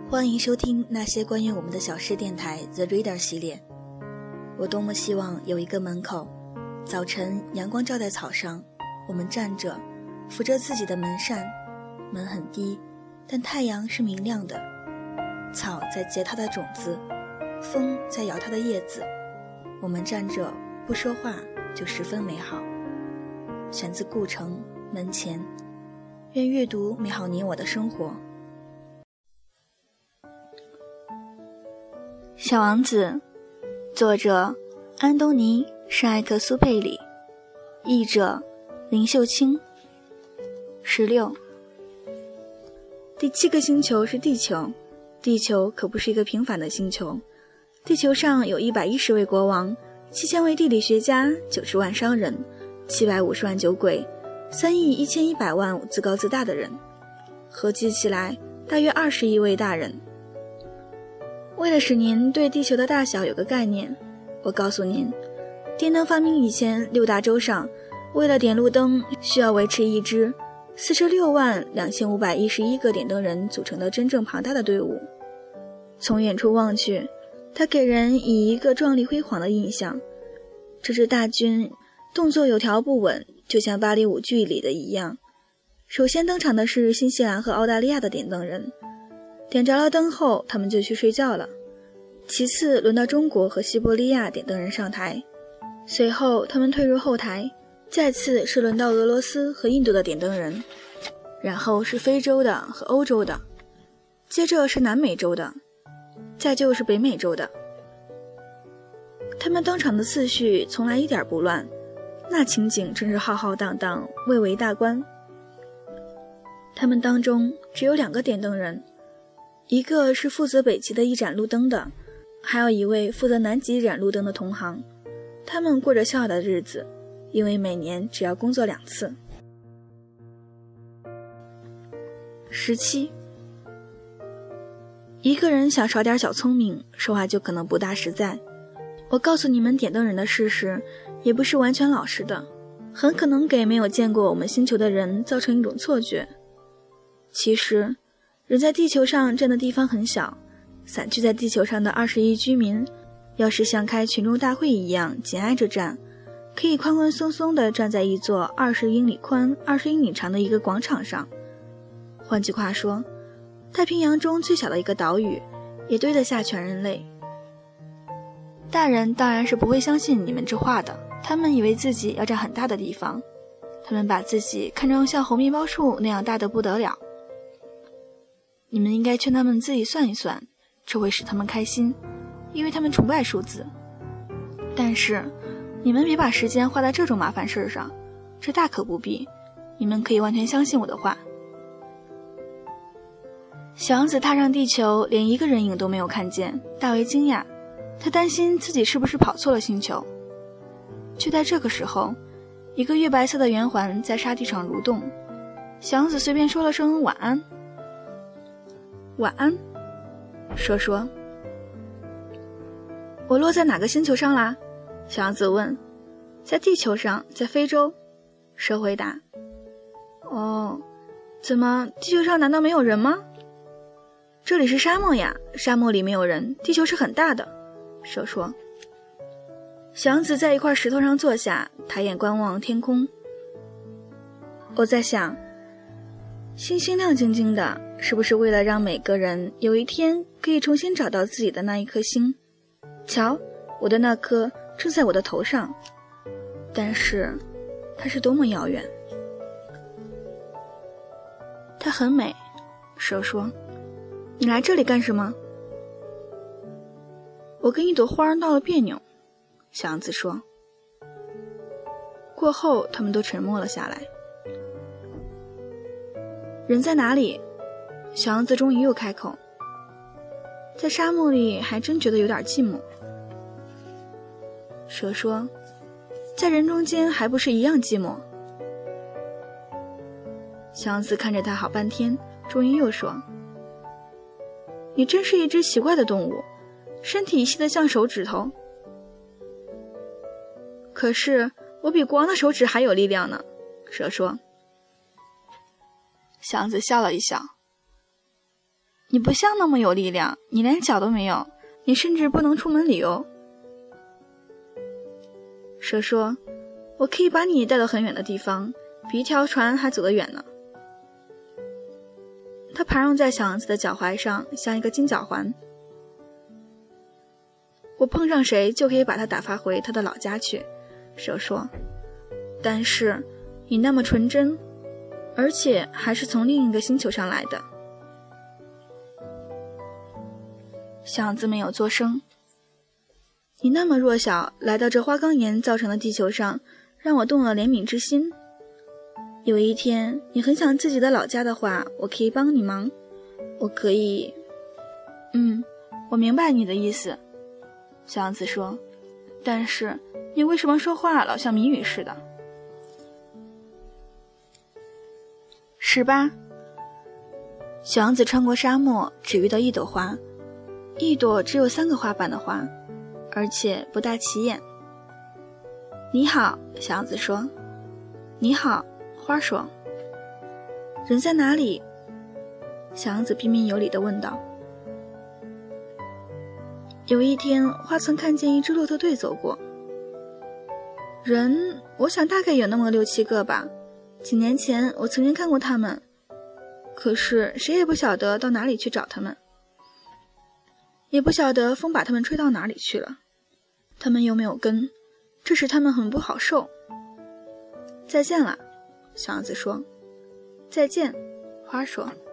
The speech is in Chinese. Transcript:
欢迎收听那些关于我们的小事电台 The Reader 系列。我多么希望有一个门口，早晨阳光照在草上，我们站着扶着自己的门扇，门很低，但太阳是明亮的，草在结它的种子，风在摇它的叶子，我们站着不说话就十分美好。选自顾城门前。愿阅读美好你我的生活。小王子，作者安东尼·圣埃克苏佩里，译者林秀清。16。第7个星球是地球，地球可不是一个平凡的星球。地球上有110位国王，7000位地理学家，90万商人，750万酒鬼，3亿1100万自高自大的人，合计起来大约20亿位大人。为了使您对地球的大小有个概念，我告诉您，电灯发明以前，6大洲上为了点路灯需要维持一支462511个点灯人组成的真正庞大的队伍。从远处望去，它给人以一个壮丽辉煌的印象。这支大军动作有条不紊，就像芭蕾舞剧里的一样。首先登场的是新西兰和澳大利亚的点灯人，点着了灯后他们就去睡觉了。其次轮到中国和西伯利亚点灯人上台，随后他们退入后台，再次是轮到俄罗斯和印度的点灯人，然后是非洲的和欧洲的，接着是南美洲的，再就是北美洲的。他们登场的次序从来一点不乱，那情景真是浩浩荡荡，蔚为大观。他们当中只有2个点灯人，一个是负责北极的一盏路灯的，还有一位负责南极一盏路灯的同行。他们过着逍遥的日子，因为每年只要工作2次。17。一个人想少点小聪明，说话就可能不大实在。我告诉你们点灯人的事实，也不是完全老实的，很可能给没有见过我们星球的人造成一种错觉。其实人在地球上占的地方很小，散居在地球上的20亿居民，要是像开群众大会一样紧挨着站，可以宽宽松松地站在一座20英里宽、20英里长的一个广场上。换句话说，太平洋中最小的一个岛屿，也堆得下全人类。大人当然是不会相信你们这话的，他们以为自己要占很大的地方，他们把自己看成像猴面包树那样大得不得了。你们应该劝他们自己算一算，这会使他们开心，因为他们崇拜数字。但是你们别把时间花在这种麻烦事上，这大可不必，你们可以完全相信我的话。小王子踏上地球，连一个人影都没有看见，大为惊讶，他担心自己是不是跑错了星球。就在这个时候，一个月白色的圆环在沙地上蠕动，小王子随便说了声晚安。晚安，蛇说。我落在哪个星球上啦？小王子问。在地球上，在非洲，蛇回答。哦，怎么，地球上难道没有人吗？这里是沙漠呀，沙漠里没有人，地球是很大的，蛇说。小王子在一块石头上坐下，抬眼观望天空。我在想，星星亮晶晶的，是不是为了让每个人有一天可以重新找到自己的那一颗星？瞧，我的那颗正在我的头上，但是它是多么遥远。它很美，蛇说。你来这里干什么？我跟一朵花闹了别扭，小王子说。过后他们都沉默了下来。人在哪里？小王子终于又开口。在沙漠里还真觉得有点寂寞。蛇说，在人中间还不是一样寂寞。小王子看着他好半天，终于又说，你真是一只奇怪的动物，身体细得像手指头。可是我比国王的手指还有力量呢，蛇说。小王子笑了一笑。 你不像那么有力量，你连脚都没有，你甚至不能出门旅游。蛇说，我可以把你带到很远的地方，比一条船还走得远呢。它盘绕在小杨子的脚踝上，像一个金脚环。我碰上谁就可以把他打发回他的老家去，蛇说，但是你那么纯真，而且还是从另一个星球上来的。小杨子没有作声。你那么弱小，来到这花岗岩造成的地球上，让我动了怜悯之心。有一天你很想自己的老家的话，我可以帮你忙，我可以……我明白你的意思，小杨子说，但是你为什么说话老像谜语似的？是吧？小杨子穿过沙漠，只遇到一朵花，一朵只有3个花瓣的花，而且不大起眼。你好，小杨子说。你好，花说。人在哪里？小杨子彬彬有礼地问道。有一天，花曾看见一支骆驼队走过。人，我想大概有那么6、7个吧。几年前我曾经看过他们，可是谁也不晓得到哪里去找他们，也不晓得风把他们吹到哪里去了。他们又没有根，这使他们很不好受。再见了，小杨子说。再见，花说。